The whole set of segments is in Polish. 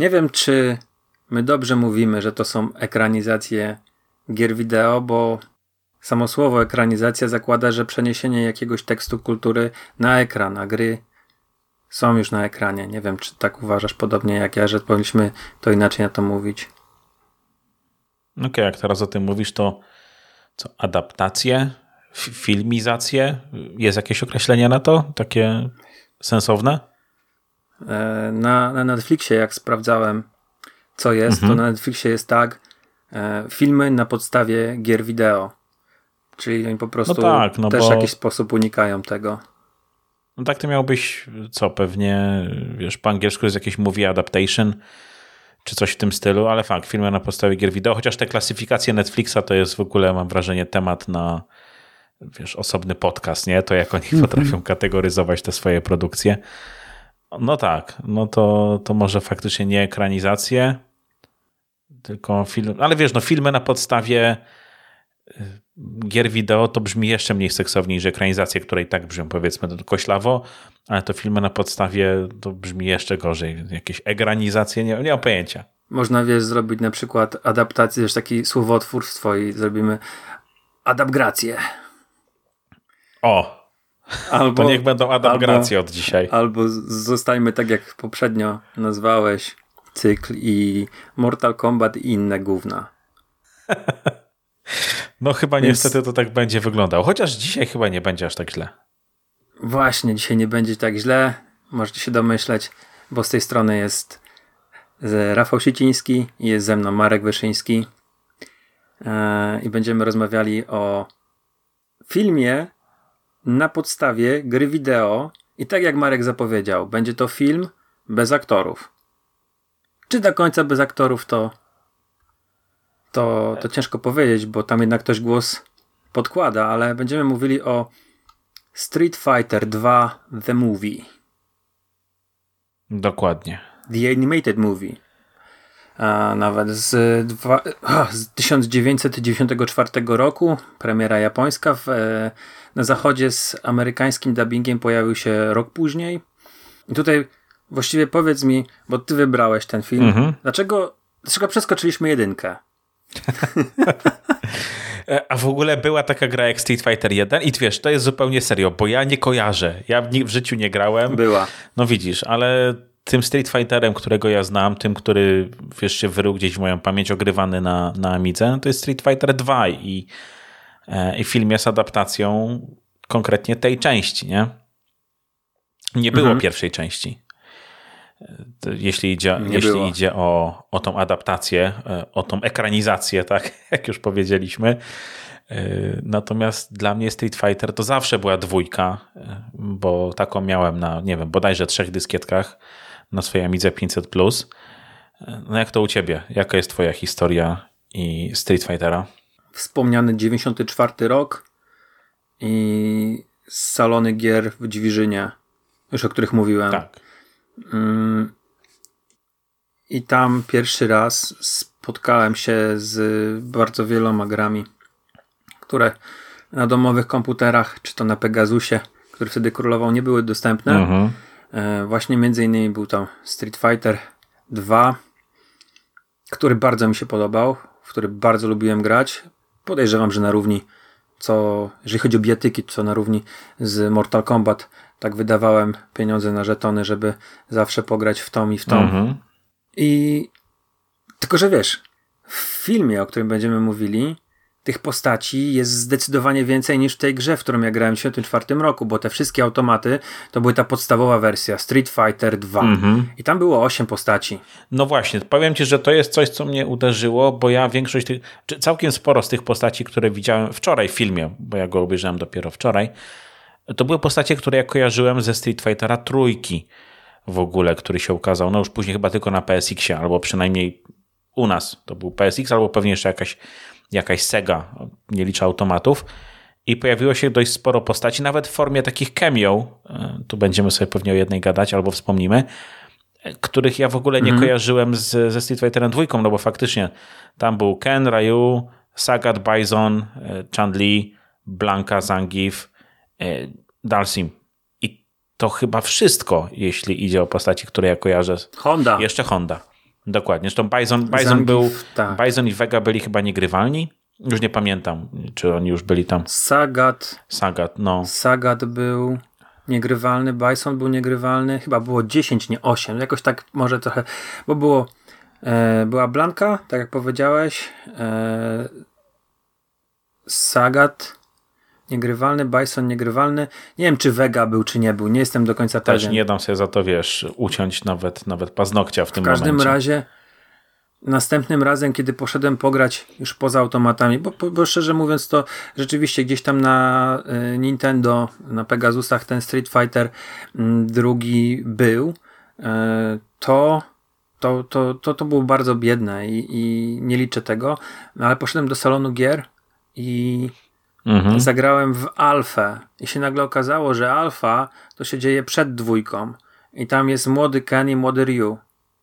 Nie wiem, czy my dobrze mówimy, że to są ekranizacje gier wideo, bo samo słowo ekranizacja zakłada, że przeniesienie jakiegoś tekstu kultury na ekran, a gry są już na ekranie. Nie wiem, czy tak uważasz podobnie jak ja, że powinniśmy to inaczej na to mówić. Okej, jak teraz o tym mówisz, to co, adaptacje, filmizacje? Jest jakieś określenie na to? Takie sensowne? Na Netflixie, jak sprawdzałem, co jest, to na Netflixie jest tak, filmy na podstawie gier wideo. Czyli oni po prostu też w jakiś sposób unikają tego. No tak to miałbyś, co, pewnie, wiesz, po angielsku jest jakieś movie adaptation, czy coś w tym stylu, ale fakt, filmy na podstawie gier wideo, chociaż te klasyfikacje Netflixa to jest w ogóle, mam wrażenie, temat na, wiesz, osobny podcast, nie? To jak oni potrafią kategoryzować te swoje produkcje. No tak, no to może faktycznie nie ekranizacje, tylko film, ale wiesz, no filmy na podstawie gier wideo to brzmi jeszcze mniej seksowniej, że ekranizacje, które i tak brzmią, powiedzmy, to koślawo, ale to filmy na podstawie to brzmi jeszcze gorzej. Jakieś egranizacje, nie mam pojęcia. Można, wiesz, zrobić na przykład adaptację, wiesz, taki słowotwórstwo i zrobimy adapgrację. O! Albo, to niech będą adapgracje od dzisiaj. Albo zostajmy tak, jak poprzednio nazwałeś cykl i Mortal Kombat i inne gówna. No chyba niestety to tak będzie wyglądało. Chociaż dzisiaj chyba nie będzie aż tak źle. Właśnie, dzisiaj nie będzie tak źle. Możecie się domyśleć, bo z tej strony jest Rafał Siciński i jest ze mną Marek Wyszyński. I będziemy rozmawiali o filmie na podstawie gry wideo. I tak jak Marek zapowiedział, będzie to film bez aktorów. Czy do końca bez aktorów, to ciężko powiedzieć, bo tam jednak ktoś głos podkłada, ale będziemy mówili o Street Fighter 2 The Movie. Dokładnie. The Animated Movie. Nawet z 1994 roku, premiera japońska. Na zachodzie z amerykańskim dubbingiem pojawił się rok później. I tutaj właściwie powiedz mi, bo ty wybrałeś ten film, dlaczego przeskoczyliśmy jedynkę? A w ogóle była taka gra jak Street Fighter 1 i wiesz, to jest zupełnie serio, bo ja nie kojarzę. Ja w życiu nie grałem. Była. No widzisz, ale tym Street Fighterem, którego ja znam, tym, który wiesz, się wyrył gdzieś w moją pamięć, ogrywany na Amidze, to jest Street Fighter 2 i film jest adaptacją konkretnie tej części, nie? Nie było pierwszej części. Jeśli idzie o tą adaptację, o tą ekranizację, tak jak już powiedzieliśmy. Natomiast dla mnie Street Fighter to zawsze była dwójka, bo taką miałem na, nie wiem, bodajże 3 dyskietkach na swojej Amidze 500+. No jak to u ciebie? Jaka jest twoja historia i Street Fightera? Wspomniany 94 rok i salony gier w Dźwiżynie, już o których mówiłem. Tak. I tam pierwszy raz spotkałem się z bardzo wieloma grami, które na domowych komputerach, czy to na Pegasusie, który wtedy królował, nie były dostępne. Właśnie między innymi był tam Street Fighter 2, który bardzo mi się podobał, w który bardzo lubiłem grać. Podejrzewam, że na równi, jeżeli chodzi o bijatyki, to na równi z Mortal Kombat. Tak wydawałem pieniądze na żetony, żeby zawsze pograć w tą i w tą. I tylko, że wiesz, w filmie, o którym będziemy mówili, tych postaci jest zdecydowanie więcej niż w tej grze, w którą ja grałem w 1994 roku, bo te wszystkie automaty to były ta podstawowa wersja Street Fighter 2 i tam było 8 postaci. No właśnie, powiem ci, że to jest coś, co mnie uderzyło, bo ja większość całkiem sporo z tych postaci, które widziałem wczoraj w filmie, bo ja go obejrzałem dopiero wczoraj, to były postacie, które ja kojarzyłem ze Street Fightera 3 w ogóle, który się ukazał, no już później chyba tylko na PSX-ie, albo przynajmniej u nas to był PSX, albo pewnie jeszcze jakaś Sega, nie liczę automatów. I pojawiło się dość sporo postaci, nawet w formie takich cameo, tu będziemy sobie pewnie o jednej gadać, albo wspomnimy, których ja w ogóle nie kojarzyłem ze Street Fighterem 2, no bo faktycznie tam był Ken, Ryu, Sagat, Bison, Chun-Li, Blanka, Zangief, Dalsim. I to chyba wszystko, jeśli idzie o postaci, które ja kojarzę. Honda. Jeszcze Honda. Dokładnie. Zresztą Bison i Vega byli chyba niegrywalni. Już nie pamiętam, czy oni już byli tam. Sagat był niegrywalny, Bison był niegrywalny. Chyba było 10, nie 8. Jakoś tak może trochę, bo była Blanka, tak jak powiedziałeś. Sagat niegrywalny, Bison niegrywalny. Nie wiem, czy Vega był, czy nie był. Nie jestem do końca pewien. Też nie dam sobie za to, uciąć nawet paznokcia w tym momencie. W każdym razie następnym razem, kiedy poszedłem pograć już poza automatami, bo szczerze mówiąc to rzeczywiście gdzieś tam na Nintendo, na Pegasusach ten Street Fighter drugi był, to było bardzo biedne i nie liczę tego, ale poszedłem do salonu gier i zagrałem w Alfę i się nagle okazało, że Alfa to się dzieje przed dwójką i tam jest młody Ken i młody Ryu.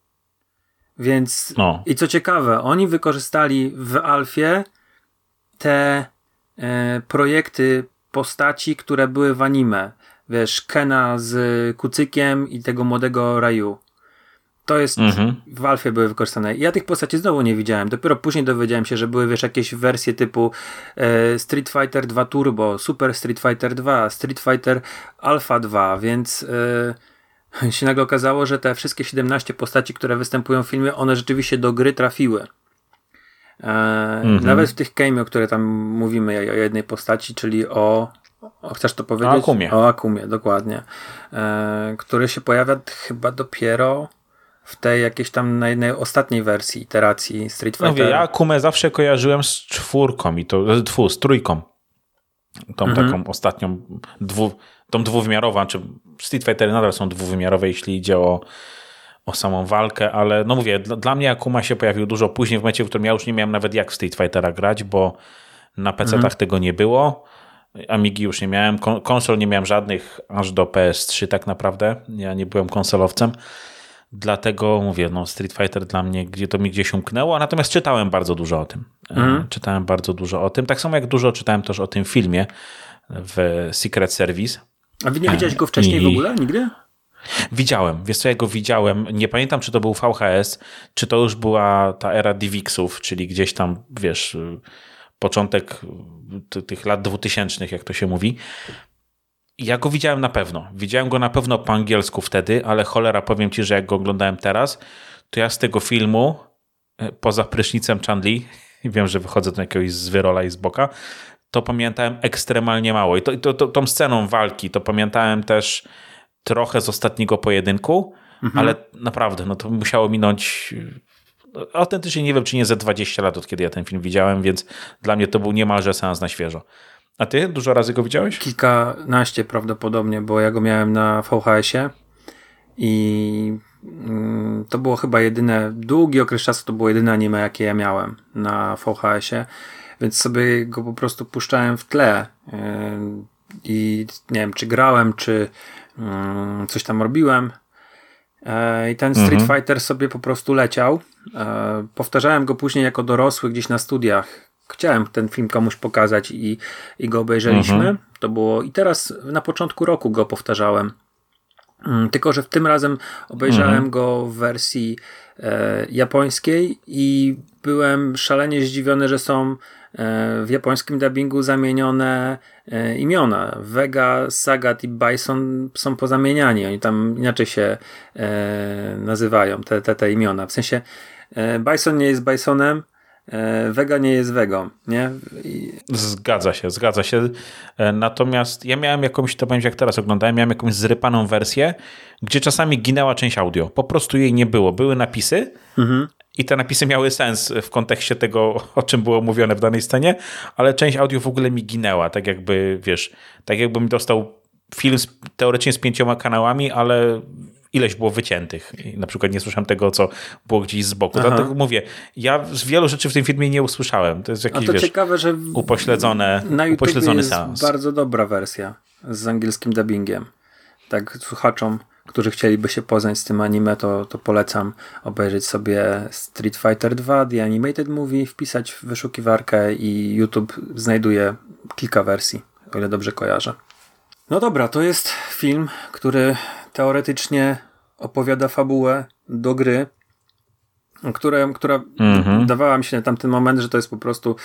Więc i co ciekawe, oni wykorzystali w Alfie te projekty postaci, które były w anime. Wiesz, Kena z kucykiem i tego młodego Ryu. To jest w Alfie były wykorzystane. Ja tych postaci znowu nie widziałem. Dopiero później dowiedziałem się, że były jakieś wersje typu Street Fighter 2 Turbo, Super Street Fighter 2, Street Fighter Alpha 2, więc się nagle okazało, że te wszystkie 17 postaci, które występują w filmie, one rzeczywiście do gry trafiły. Nawet w tych cameo, które tam mówimy o jednej postaci, czyli chcesz to powiedzieć? O Akumie, dokładnie. Który się pojawia chyba dopiero w tej jakiejś tam na jednej ostatniej wersji, iteracji Street Fighter. Ja Akumę zawsze kojarzyłem z 4 i z 3. Tą taką ostatnią, tą dwuwymiarową, czy Street Fightery nadal są dwuwymiarowe, jeśli idzie o samą walkę, ale no mówię, dla mnie Akuma się pojawił dużo później, w momencie, w którym ja już nie miałem nawet jak w Street Fightera grać, bo na PC-tach tego nie było, Amigi już nie miałem, konsol nie miałem żadnych, aż do PS3 tak naprawdę, ja nie byłem konsolowcem, dlatego mówię, Street Fighter dla mnie, to mi gdzieś umknęło, natomiast czytałem bardzo dużo o tym. Czytałem bardzo dużo o tym, tak samo jak dużo czytałem też o tym filmie w Secret Service. A nie widziałeś go wcześniej w ogóle? Nigdy? Widziałem. Wiesz co, ja go widziałem. Nie pamiętam, czy to był VHS, czy to już była ta era DivXów, czyli gdzieś tam, wiesz, początek tych lat 2000, jak to się mówi. Ja go widziałem na pewno. Widziałem go na pewno po angielsku wtedy, ale cholera, powiem ci, że jak go oglądałem teraz, to ja z tego filmu, poza prysznicem Chun-Li, wiem, że wychodzę do jakiegoś zwyrola i z boka, to pamiętałem ekstremalnie mało. I tą sceną walki, to pamiętałem też trochę z ostatniego pojedynku, ale naprawdę, to musiało minąć autentycznie nie wiem, czy nie ze 20 lat, od kiedy ja ten film widziałem, więc dla mnie to był niemalże seans na świeżo. A ty dużo razy go widziałeś? Kilkanaście prawdopodobnie, bo ja go miałem na VHS-ie i to było chyba długi okres czasu to było jedyne anime, jakie ja miałem na VHS-ie, więc sobie go po prostu puszczałem w tle i nie wiem, czy grałem, czy coś tam robiłem i ten Street Fighter sobie po prostu leciał. Powtarzałem go później jako dorosły gdzieś na studiach. Chciałem ten film komuś pokazać i go obejrzeliśmy. To było i teraz na początku roku go powtarzałem. Tylko że w tym razem obejrzałem go w wersji japońskiej i byłem szalenie zdziwiony, że są w japońskim dubbingu zamienione imiona. Vega, Sagat i Bison są pozamieniani. Oni tam inaczej się nazywają, te imiona. W sensie Bison nie jest Bisonem, Vega nie jest Vegą, nie? Zgadza się. Natomiast ja miałem jakąś, to będzie jak teraz oglądałem, miałem jakąś zrypaną wersję, gdzie czasami ginęła część audio. Po prostu jej nie było. Były napisy i te napisy miały sens w kontekście tego, o czym było mówione w danej scenie, ale część audio w ogóle mi ginęła. Tak jakby, wiesz, tak jakbym dostał film teoretycznie z 5 kanałami, ale ileś było wyciętych. I na przykład nie słyszałem tego, co było gdzieś z boku. Dlatego mówię, ja z wielu rzeczy w tym filmie nie usłyszałem. To jest jakiś, ciekawe, że na YouTube jest seans. Bardzo dobra wersja z angielskim dubbingiem. Tak słuchaczom, którzy chcieliby się poznać z tym anime, to polecam obejrzeć sobie Street Fighter 2 The Animated Movie, wpisać w wyszukiwarkę i YouTube znajduje kilka wersji, o ile dobrze kojarzę. No dobra, to jest film, który teoretycznie opowiada fabułę do gry, która dawała mi się na tamten moment, że to jest po prostu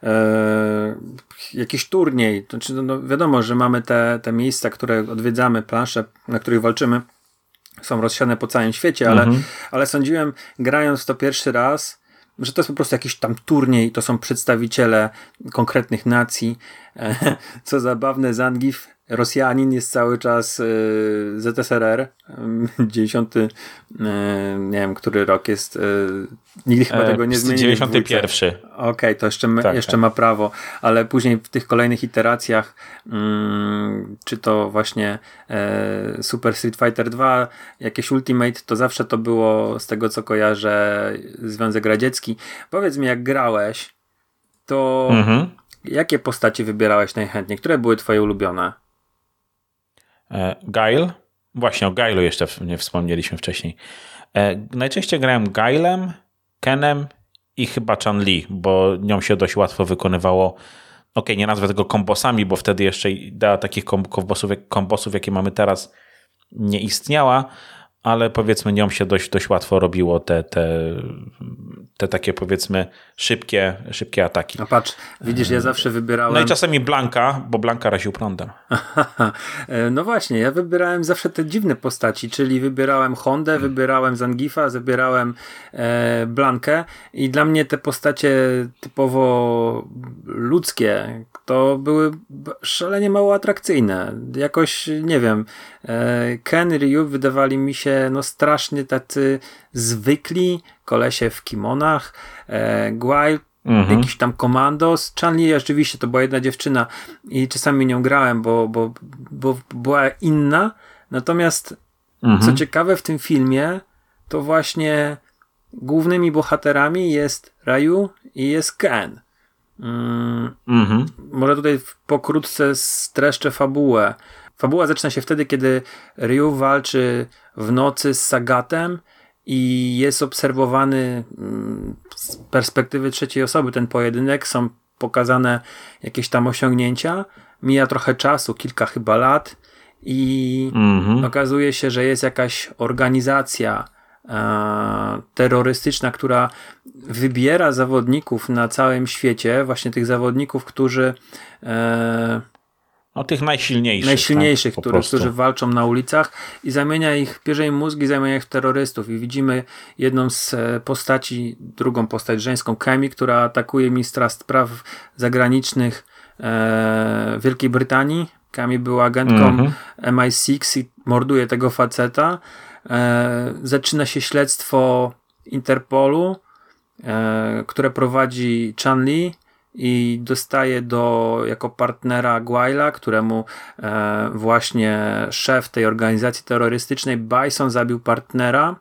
jakiś turniej. Znaczy, no, wiadomo, że mamy te miejsca, które odwiedzamy, plansze, na których walczymy, są rozsiane po całym świecie, ale sądziłem, grając w to pierwszy raz, że to jest po prostu jakiś tam turniej, to są przedstawiciele konkretnych nacji. Co zabawne, Zangief, Rosjanin, jest cały czas ZSRR, 90, nie wiem, który rok jest, nigdy chyba tego nie zmienili. 91. Okej, to jeszcze ma prawo, ale później w tych kolejnych iteracjach, czy to właśnie Super Street Fighter 2, jakieś Ultimate, to zawsze to było, z tego co kojarzę, Związek Radziecki. Powiedz mi, jak grałeś, to jakie postacie wybierałeś najchętniej? Które były twoje ulubione? Guile. Właśnie o Guile'u jeszcze nie wspomnieliśmy wcześniej. Najczęściej grałem Guilem, Kenem i chyba Chun-Li, bo nią się dość łatwo wykonywało. Okej, nie nazwę tego kombosami, bo wtedy jeszcze idea takich kombosów, jakie mamy teraz, nie istniała, ale powiedzmy nią się dość łatwo robiło te takie powiedzmy szybkie ataki. No patrz, widzisz, ja zawsze wybierałem... No i czasami Blanka, bo Blanka raził prądem. No właśnie, ja wybierałem zawsze te dziwne postaci, czyli wybierałem Hondę, wybierałem Zangifa, wybierałem Blankę i dla mnie te postacie typowo ludzkie to były szalenie mało atrakcyjne. Jakoś, nie wiem, Ken, Ryu wydawali mi się no strasznie tacy zwykli, kolesie w kimonach, Guile, jakiś tam komandos. Chun-Li oczywiście to była jedna dziewczyna i czasami nią grałem, bo była inna. Natomiast co ciekawe w tym filmie, to właśnie głównymi bohaterami jest Ryu i jest Ken. Może tutaj pokrótce streszczę fabułę. Fabuła zaczyna się wtedy, kiedy Ryu walczy w nocy z Sagatem i jest obserwowany z perspektywy trzeciej osoby ten pojedynek. Są pokazane jakieś tam osiągnięcia. Mija trochę czasu, kilka chyba lat i okazuje się, że jest jakaś organizacja terrorystyczna, która wybiera zawodników na całym świecie, właśnie tych zawodników, którzy tych najsilniejszych, tak, którzy walczą na ulicach i zamienia ich, bierze im mózgi, zamienia ich w terrorystów i widzimy jedną z postaci, drugą postać żeńską, Kemi, która atakuje ministra spraw zagranicznych Wielkiej Brytanii. Kemi była agentką MI6 i morduje tego faceta. Zaczyna się śledztwo Interpolu, które prowadzi Chun-Li i dostaje jako partnera Guile'a, któremu właśnie szef tej organizacji terrorystycznej Bison zabił partnera.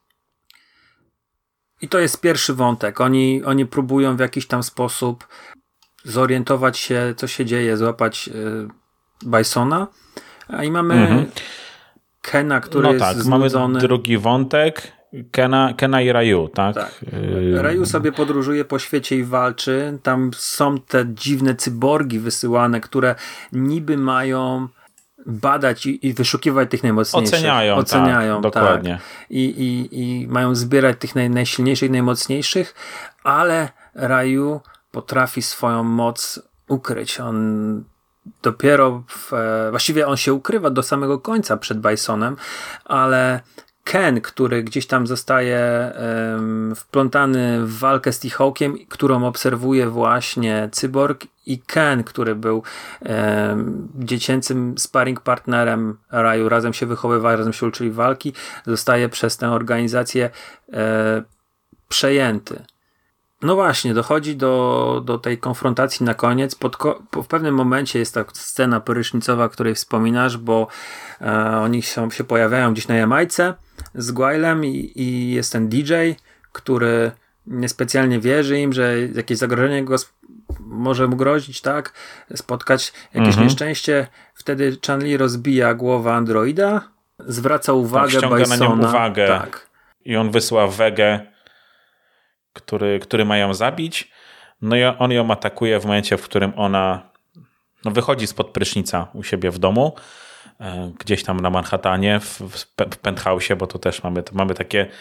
I to jest pierwszy wątek. Oni próbują w jakiś tam sposób zorientować się, co się dzieje, złapać Bisona. A i mamy Kena, który jest znudzony. Mamy drugi wątek. Kena i Ryu, tak? Tak. Ryu sobie podróżuje po świecie i walczy. Tam są te dziwne cyborgi wysyłane, które niby mają badać i wyszukiwać tych najmocniejszych. Oceniają, tak, dokładnie. Tak. I mają zbierać tych najsilniejszych, najmocniejszych, ale Ryu potrafi swoją moc ukryć. On dopiero właściwie on się ukrywa do samego końca przed Bisonem, ale Ken, który gdzieś tam zostaje wplątany w walkę z T-Hawkiem, którą obserwuje właśnie cyborg, i Ken, który był dziecięcym sparring partnerem Ryu, razem się wychowywali, razem się uczyli walki, zostaje przez tę organizację przejęty. No właśnie, dochodzi do tej konfrontacji na koniec. W pewnym momencie jest ta scena prysznicowa, o której wspominasz, bo oni się pojawiają gdzieś na Jamajce z Guilem i jest ten DJ, który niespecjalnie wierzy im, że jakieś zagrożenie może mu grozić, tak? Spotkać jakieś nieszczęście. Wtedy Chun-Li rozbija głowę androida, zwraca uwagę ściąga Bisona. na nią uwagę. Tak. I on wysyła Vegę, który ma ją zabić. No i on ją atakuje w momencie, w którym ona wychodzi spod prysznica u siebie w domu, gdzieś tam na Manhattanie, w penthouse'ie, bo to też mamy takie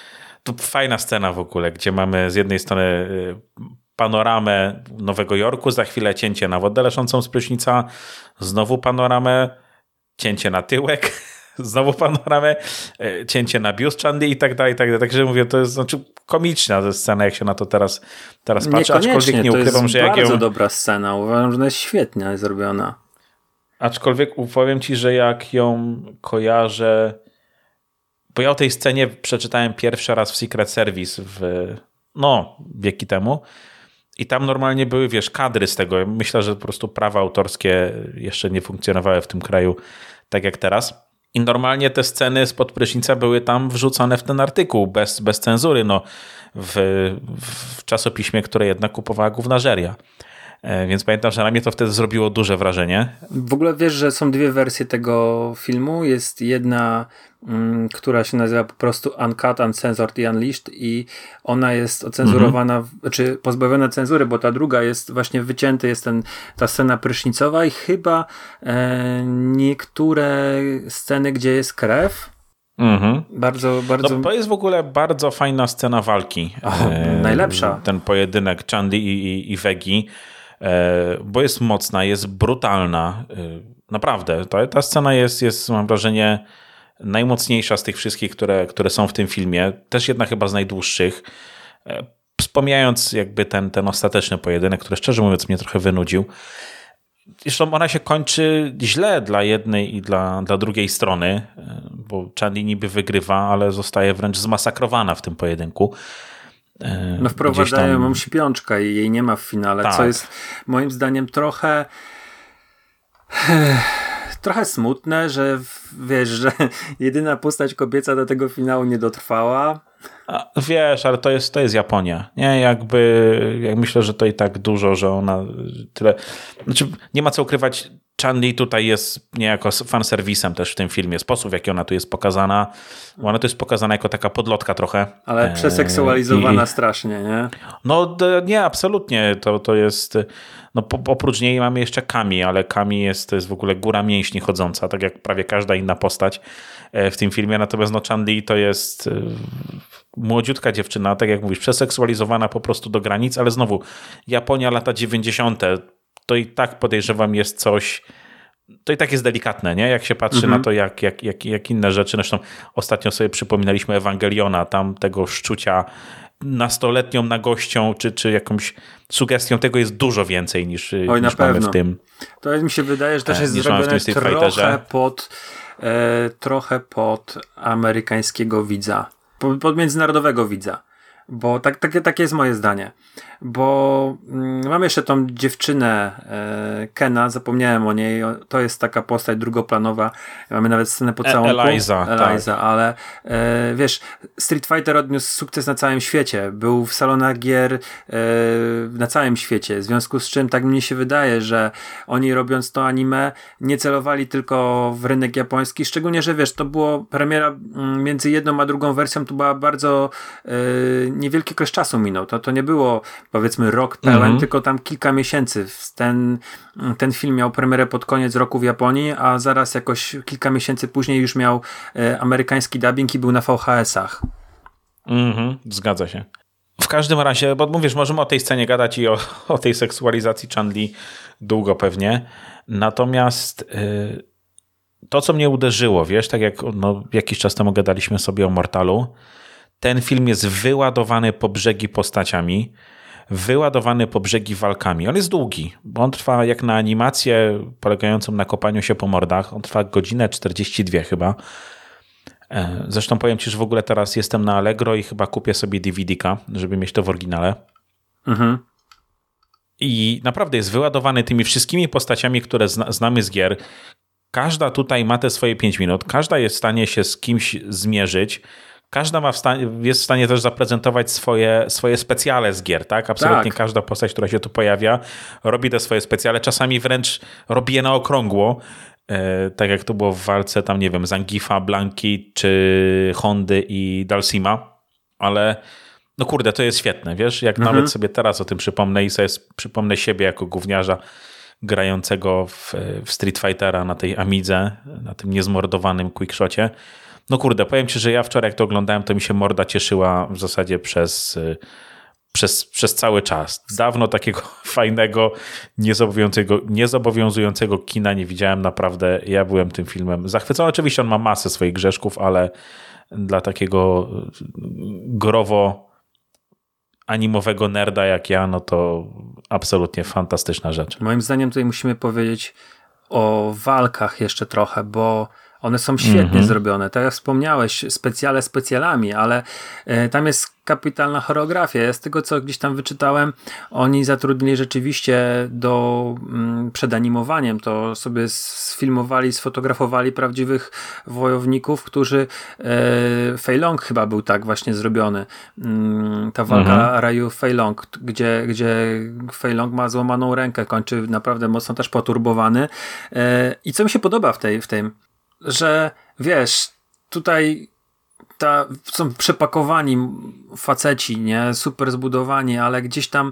To fajna scena w ogóle, gdzie mamy z jednej strony panoramę Nowego Jorku, za chwilę cięcie na wodę leszącą z prysznica, znowu panoramę, cięcie na tyłek, znowu panoramę, cięcie na biust Chandy i tak dalej, i tak dalej. Także mówię, to jest komiczna ta scena, jak się na to teraz patrzę, aczkolwiek nie ukrywam, że jak to jest bardzo dobra scena, uważam, że ona jest świetnie zrobiona. Aczkolwiek powiem ci, że jak ją kojarzę, bo ja o tej scenie przeczytałem pierwszy raz w Secret Service wieki temu i tam normalnie były, kadry z tego. Myślę, że po prostu prawa autorskie jeszcze nie funkcjonowały w tym kraju tak jak teraz. I normalnie te sceny spod prysznica były tam wrzucone w ten artykuł bez cenzury, w czasopiśmie, które jednak kupowała gównażeria. Więc pamiętam, że na mnie to wtedy zrobiło duże wrażenie. W ogóle wiesz, że są dwie wersje tego filmu. Jest jedna, która się nazywa po prostu Uncut, Uncensored i Unleashed i ona jest ocenzurowana, czy pozbawiona cenzury, bo ta druga jest właśnie wycięty, jest ta scena prysznicowa i chyba niektóre sceny, gdzie jest krew. Bardzo. To jest w ogóle bardzo fajna scena walki. Najlepsza. Ten pojedynek Chandy i Vegi, bo jest mocna, jest brutalna. Naprawdę. Ta scena jest, mam wrażenie, najmocniejsza z tych wszystkich, które są w tym filmie. Też jedna chyba z najdłuższych. Wspomniając jakby ten ostateczny pojedynek, który szczerze mówiąc mnie trochę wynudził. Zresztą ona się kończy źle dla jednej i dla drugiej strony, bo Chandy niby wygrywa, ale zostaje wręcz zmasakrowana w tym pojedynku. Wprowadzają ją śpiączkę i jej nie ma w finale, tak. Co jest moim zdaniem trochę smutne, że wiesz, że jedyna postać kobieca do tego finału nie dotrwała. Ale to jest Japonia. Nie, jak myślę, że to i tak dużo, że ona tyle. Znaczy, nie ma co ukrywać, Chandy tutaj jest niejako fanserwisem też w tym filmie. Sposób, w jaki ona tu jest pokazana. Ona tu jest pokazana jako taka podlotka trochę. Ale przeseksualizowana strasznie, nie? Nie, absolutnie. To jest... oprócz niej mamy jeszcze Kami, ale Kami to jest w ogóle góra mięśni chodząca, tak jak prawie każda inna postać w tym filmie. Natomiast Chandy to jest młodziutka dziewczyna, tak jak mówisz, przeseksualizowana po prostu do granic, ale znowu Japonia lata 90. to i tak podejrzewam jest coś, to i tak jest delikatne, nie? Jak się patrzy na to, jak inne rzeczy. Zresztą ostatnio sobie przypominaliśmy Ewangeliona, tam tego szczucia nastoletnią nagością, czy jakąś sugestią, tego jest dużo więcej niż mamy w tym. To mi się wydaje, że też jest zrobione trochę pod amerykańskiego widza, pod międzynarodowego widza. Bo takie jest moje zdanie. Bo mam jeszcze tą dziewczynę Kena, zapomniałem o niej, to jest taka postać drugoplanowa, mamy nawet scenę pocałunku. Eliza, tak. Ale wiesz, Street Fighter odniósł sukces na całym świecie, był w salonach gier na całym świecie, w związku z czym tak mi się wydaje, że oni robiąc to anime nie celowali tylko w rynek japoński, szczególnie, że wiesz, to było premiera między jedną a drugą wersją, to była bardzo niewielki okres czasu minął, to nie było powiedzmy rok pełen, tylko tam kilka miesięcy. Ten film miał premierę pod koniec roku w Japonii, a zaraz jakoś kilka miesięcy później już miał amerykański dubbing i był na VHS-ach. Zgadza się. W każdym razie, bo mówisz, możemy o tej scenie gadać i o tej seksualizacji Chandy długo pewnie. Natomiast to, co mnie uderzyło, wiesz, tak jak jakiś czas temu gadaliśmy sobie o Mortalu, ten film jest wyładowany po brzegi postaciami, wyładowany po brzegi walkami. On jest długi, bo on trwa jak na animację polegającą na kopaniu się po mordach. On trwa godzinę 42 chyba. Zresztą powiem ci, że w ogóle teraz jestem na Allegro i chyba kupię sobie DVD-ka, żeby mieć to w oryginale. I naprawdę jest wyładowany tymi wszystkimi postaciami, które znamy z gier. Każda tutaj ma te swoje 5 minut. Każda jest w stanie się z kimś zmierzyć. Każda jest w stanie też zaprezentować swoje specjale z gier, tak? Absolutnie tak. Każda postać, która się tu pojawia, robi te swoje specjale. Czasami wręcz robi je na okrągło. Tak jak to było w walce tam, nie wiem, Zangifa, Blanki, czy Hondy i Dalsima. Ale no kurde, to jest świetne, wiesz? Jak nawet sobie teraz o tym przypomnę i sobie przypomnę siebie jako gówniarza grającego w Street Fightera na tej Amidze, na tym niezmordowanym quickshocie, No kurde, powiem ci, że ja wczoraj jak to oglądałem, to mi się morda cieszyła w zasadzie przez cały czas. Dawno takiego fajnego, niezobowiązującego kina nie widziałem naprawdę. Ja byłem tym filmem zachwycony. Oczywiście on ma masę swoich grzeszków, ale dla takiego growo animowego nerda jak ja, no to absolutnie fantastyczna rzecz. Moim zdaniem tutaj musimy powiedzieć o walkach jeszcze trochę, bo one są świetnie zrobione. Tak jak wspomniałeś, specjalami, ale tam jest kapitalna choreografia. Ja z tego, co gdzieś tam wyczytałem, oni zatrudnili rzeczywiście przed animowaniem, to sobie sfilmowali, sfotografowali prawdziwych wojowników, którzy Fei Long chyba był tak właśnie zrobiony. Ta walka Ryu Fei Long, gdzie Fei Long ma złamaną rękę, kończy naprawdę mocno też poturbowany. I co mi się podoba w tym, że wiesz, tutaj są przepakowani faceci, nie? Super zbudowani, ale gdzieś tam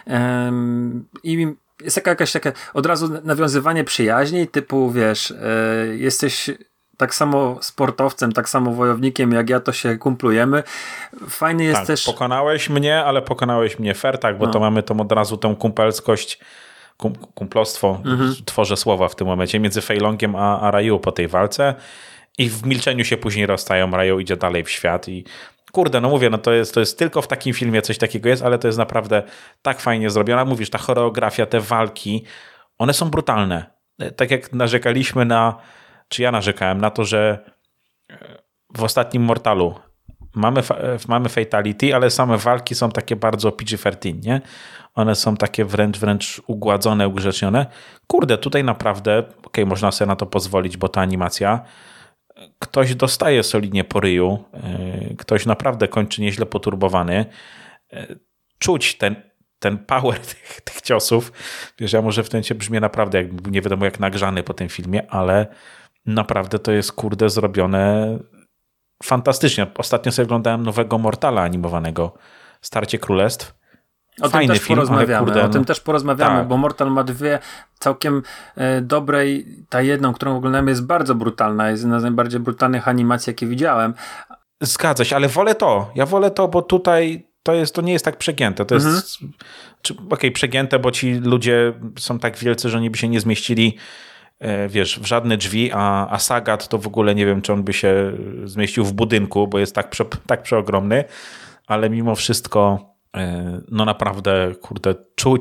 jest jakaś takie od razu nawiązywanie przyjaźni, typu wiesz, jesteś tak samo sportowcem, tak samo wojownikiem jak ja, to się kumplujemy. Fajny jest też... Pokonałeś mnie, ale pokonałeś mnie fair, tak, bo to mamy od razu tą kumpelskość, kumplostwo, tworzę słowa w tym momencie, między Fei Longiem a Ryu po tej walce i w milczeniu się później rozstają, Ryu idzie dalej w świat i kurde, no mówię, no to jest tylko w takim filmie coś takiego jest, ale to jest naprawdę tak fajnie zrobione. Mówisz, ta choreografia, te walki, one są brutalne. Tak jak narzekaliśmy czy ja narzekałem na to, że w ostatnim Mortalu mamy fatality, ale same walki są takie bardzo PG-13, nie? One są takie wręcz ugładzone, ugrzecznione. Kurde, tutaj naprawdę, można sobie na to pozwolić, bo ta animacja, ktoś dostaje solidnie po ryju, ktoś naprawdę kończy nieźle poturbowany. Czuć ten power tych ciosów. Wiesz, ja może w tym momencie brzmię naprawdę jak nie wiadomo jak nagrzany po tym filmie, ale naprawdę to jest kurde zrobione fantastycznie. Ostatnio sobie oglądałem nowego Mortala animowanego, Starcie Królestw. Fajny film, o tym też porozmawiamy, tak. Bo Mortal ma dwie całkiem dobre. Ta jedną, którą oglądamy, jest bardzo brutalna. Jest jedna z najbardziej brutalnych animacji, jakie widziałem. Zgadza się, ale ja wolę to, bo tutaj to nie jest tak przegięte. To jest przegięte, bo ci ludzie są tak wielcy, że oni by się nie zmieścili wiesz, w żadne drzwi, a Sagat to w ogóle nie wiem, czy on by się zmieścił w budynku, bo jest tak przeogromny, ale mimo wszystko no naprawdę, kurde,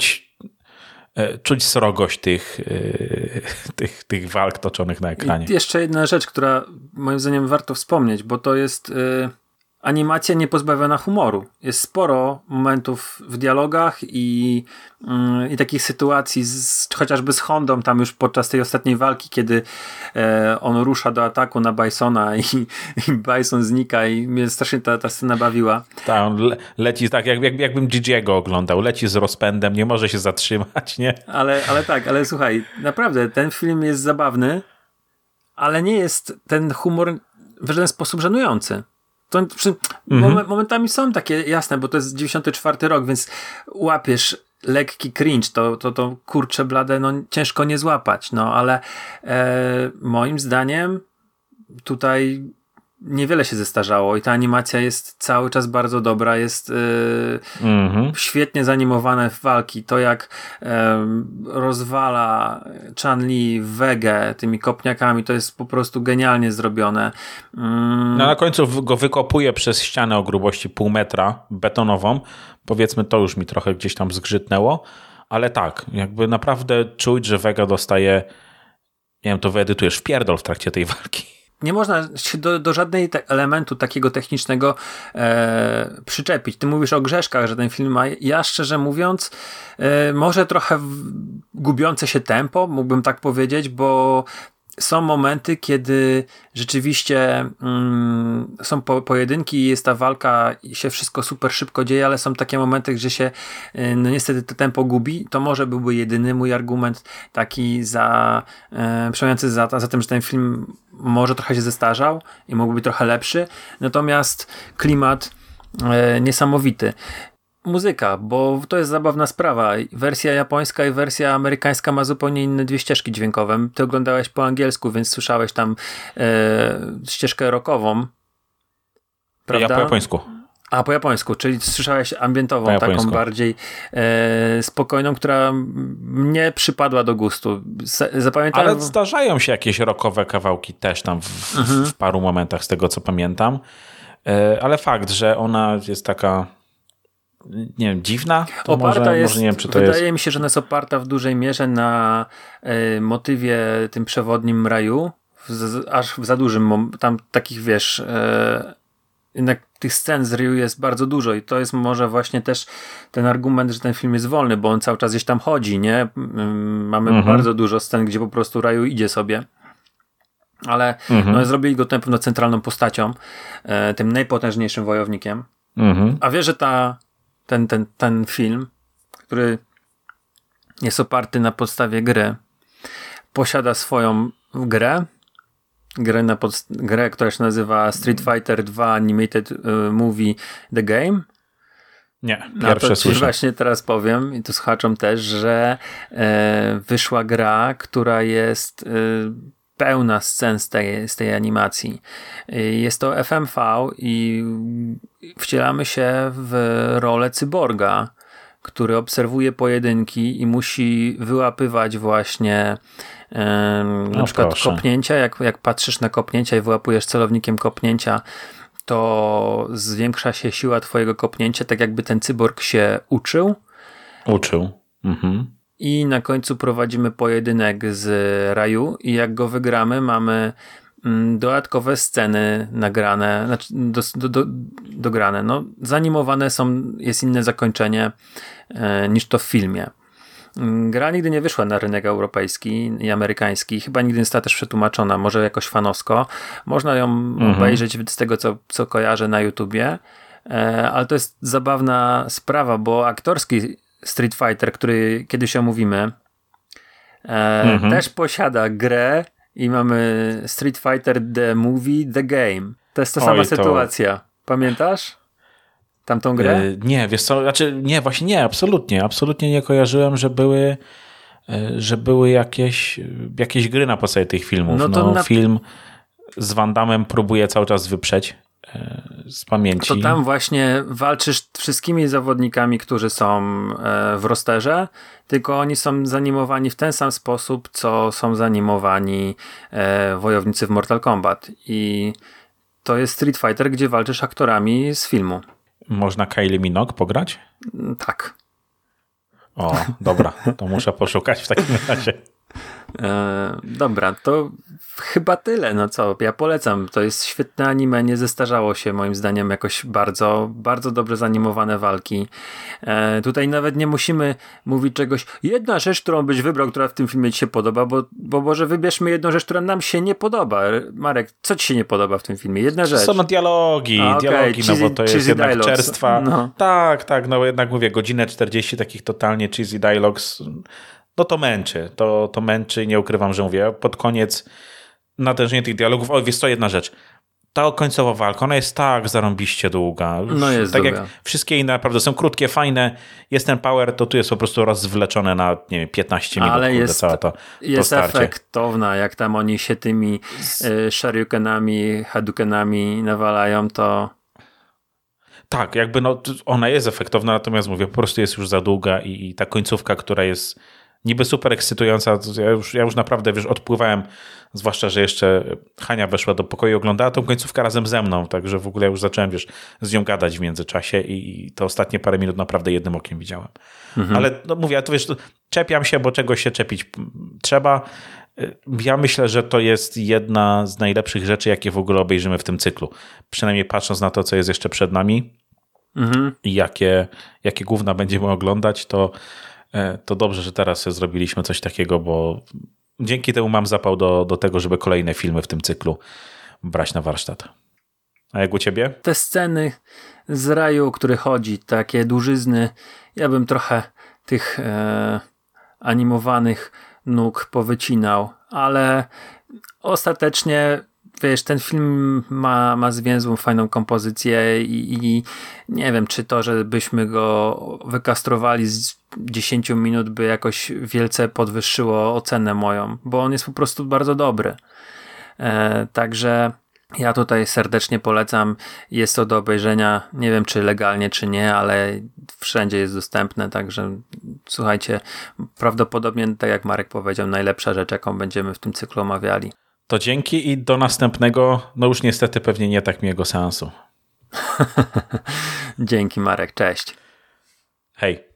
czuć srogość tych walk toczonych na ekranie. I jeszcze jedna rzecz, która moim zdaniem warto wspomnieć, bo to jest animacja niepozbawiona humoru. Jest sporo momentów w dialogach i takich sytuacji, chociażby z Hondą, tam już podczas tej ostatniej walki, kiedy on rusza do ataku na Bisona i Bison znika i mnie strasznie ta scena bawiła. Tak, on leci tak, jakbym DJ-go oglądał. Leci z rozpędem, nie może się zatrzymać, nie? Ale słuchaj, naprawdę ten film jest zabawny, ale nie jest ten humor w żaden sposób żenujący. Momentami są takie jasne, bo to jest 94 rok, więc łapiesz lekki cringe, to kurcze blade, no ciężko nie złapać, no ale moim zdaniem tutaj niewiele się zestarzało i ta animacja jest cały czas bardzo dobra, jest świetnie zanimowane w walki, to jak rozwala Chun-Li Vegę tymi kopniakami, to jest po prostu genialnie zrobione. No na końcu go wykopuje przez ścianę o grubości pół metra betonową, powiedzmy to już mi trochę gdzieś tam zgrzytnęło, ale tak, jakby naprawdę czuć, że Vega dostaje, nie wiem, to wyedytujesz wpierdol w trakcie tej walki. Nie można się do żadnej elementu takiego technicznego przyczepić. Ty mówisz o grzeszkach, że ten film ma, ja szczerze mówiąc, może trochę gubiące się tempo, mógłbym tak powiedzieć, bo są momenty, kiedy rzeczywiście są pojedynki i jest ta walka i się wszystko super szybko dzieje, ale są takie momenty, że się no niestety to tempo gubi. To może byłby jedyny mój argument taki przemawiający za tym, że ten film może trochę się zestarzał i mógłby być trochę lepszy. Natomiast klimat niesamowity. muzyka, bo to jest zabawna sprawa. Wersja japońska i wersja amerykańska ma zupełnie inne dwie ścieżki dźwiękowe. Ty oglądałeś po angielsku, więc słyszałeś tam ścieżkę rockową. Prawda? Ja po japońsku. A, po japońsku, czyli słyszałeś ambientową, taką bardziej spokojną, która mnie przypadła do gustu. Zapamiętałem... Ale zdarzają się jakieś rockowe kawałki też tam w paru momentach, z tego co pamiętam. Ale fakt, że ona jest taka, nie wiem, dziwna, to może nie wiem, czy to wydaje mi się, że ona jest oparta w dużej mierze na motywie tym przewodnim raju, aż w za dużym, tam takich, wiesz... jednak tych scen z Ryu jest bardzo dużo i to jest może właśnie też ten argument, że ten film jest wolny, bo on cały czas gdzieś tam chodzi, nie? Mamy bardzo dużo scen, gdzie po prostu Ryu idzie sobie. Ale no, zrobili go na pewno centralną postacią, tym najpotężniejszym wojownikiem. A wiesz, że ten film, który jest oparty na podstawie gry, posiada swoją grę, która się nazywa Street Fighter 2 Animated Movie The Game. Nie, pierwsze słyszę. Właśnie teraz powiem i tu słuchaczom też, że wyszła gra, która jest pełna scen z tej animacji. Jest to FMV i wcielamy się w rolę cyborga, który obserwuje pojedynki i musi wyłapywać właśnie na przykład kopnięcia. Jak patrzysz na kopnięcia i wyłapujesz celownikiem kopnięcia, to zwiększa się siła twojego kopnięcia, tak jakby ten cyborg się uczył. I na końcu prowadzimy pojedynek z Ryu i jak go wygramy, mamy dodatkowe sceny nagrane, znaczy dograne. No, zanimowane jest inne zakończenie niż to w filmie. Gra nigdy nie wyszła na rynek europejski i amerykański. Chyba nigdy nie została też przetłumaczona. Może jakoś fanowsko. Można ją obejrzeć z tego, co kojarzę na YouTubie. Ale to jest zabawna sprawa, bo aktorski Street Fighter, który kiedyś omówimy, też posiada grę i mamy Street Fighter The Movie, The Game. To jest ta sama sytuacja. Pamiętasz tamtą grę? Nie, wiesz co, znaczy nie, właśnie nie, absolutnie nie kojarzyłem, że były jakieś gry na podstawie tych filmów. Film z Van Damme próbuje cały czas wyprzeć z pamięci. To tam właśnie walczysz wszystkimi zawodnikami, którzy są w rosterze, tylko oni są zanimowani w ten sam sposób, co są zanimowani wojownicy w Mortal Kombat. I to jest Street Fighter, gdzie walczysz aktorami z filmu. Można Kylie Minogue pograć? Tak. O, dobra, to muszę poszukać w takim razie. Dobra, to chyba tyle. No co, ja polecam. To jest świetne anime, nie zestarzało się moim zdaniem jakoś bardzo, bardzo dobrze zanimowane walki. Tutaj nawet nie musimy mówić czegoś. Jedna rzecz, którą byś wybrał, która w tym filmie ci się podoba, bo może wybierzmy jedną rzecz, która nam się nie podoba. Marek, co ci się nie podoba w tym filmie? Jedna rzecz. Są dialogi, no bo to jest jednak dialogues. Czerstwa. No. Tak, no jednak mówię, godzinę 40 takich totalnie cheesy dialogues. No to męczy, to męczy, nie ukrywam, że mówię, pod koniec natężenie tych dialogów, wiesz co, jedna rzecz, ta końcowa walka, ona jest tak zarąbiście długa, no jest tak długa. Jak wszystkie inne naprawdę są krótkie, fajne, jest ten power, to tu jest po prostu rozwleczone na, nie wiem, 15 minut. Ale jest starcie. Efektowna, jak tam oni się tymi shurikenami, hadukenami nawalają, to... Tak, jakby ona jest efektowna, natomiast mówię, po prostu jest już za długa i ta końcówka, która jest niby super ekscytująca, ja już naprawdę, wiesz, odpływałem, zwłaszcza, że jeszcze Hania weszła do pokoju i oglądała tą końcówkę razem ze mną, także w ogóle już zacząłem, wiesz, z nią gadać w międzyczasie i to ostatnie parę minut naprawdę jednym okiem widziałem. Ale mówię, to wiesz, czepiam się, bo czegoś się czepić trzeba. Ja myślę, że to jest jedna z najlepszych rzeczy, jakie w ogóle obejrzymy w tym cyklu. Przynajmniej patrząc na to, co jest jeszcze przed nami i jakie gówna będziemy oglądać, to dobrze, że teraz zrobiliśmy coś takiego, bo dzięki temu mam zapał do tego, żeby kolejne filmy w tym cyklu brać na warsztat. A jak u ciebie? Te sceny z Raju, który chodzi, takie dużyzny, ja bym trochę tych animowanych nóg powycinał, ale ostatecznie wiesz, ten film ma zwięzłą, fajną kompozycję i nie wiem, czy to, żebyśmy go wykastrowali z 10 minut by jakoś wielce podwyższyło ocenę moją, bo on jest po prostu bardzo dobry. Także ja tutaj serdecznie polecam. Jest to do obejrzenia, nie wiem czy legalnie, czy nie, ale wszędzie jest dostępne, także słuchajcie, prawdopodobnie, tak jak Marek powiedział, najlepsza rzecz, jaką będziemy w tym cyklu omawiali. To dzięki i do następnego, no już niestety pewnie nie tak miłego seansu. Dzięki Marek, cześć. Hej.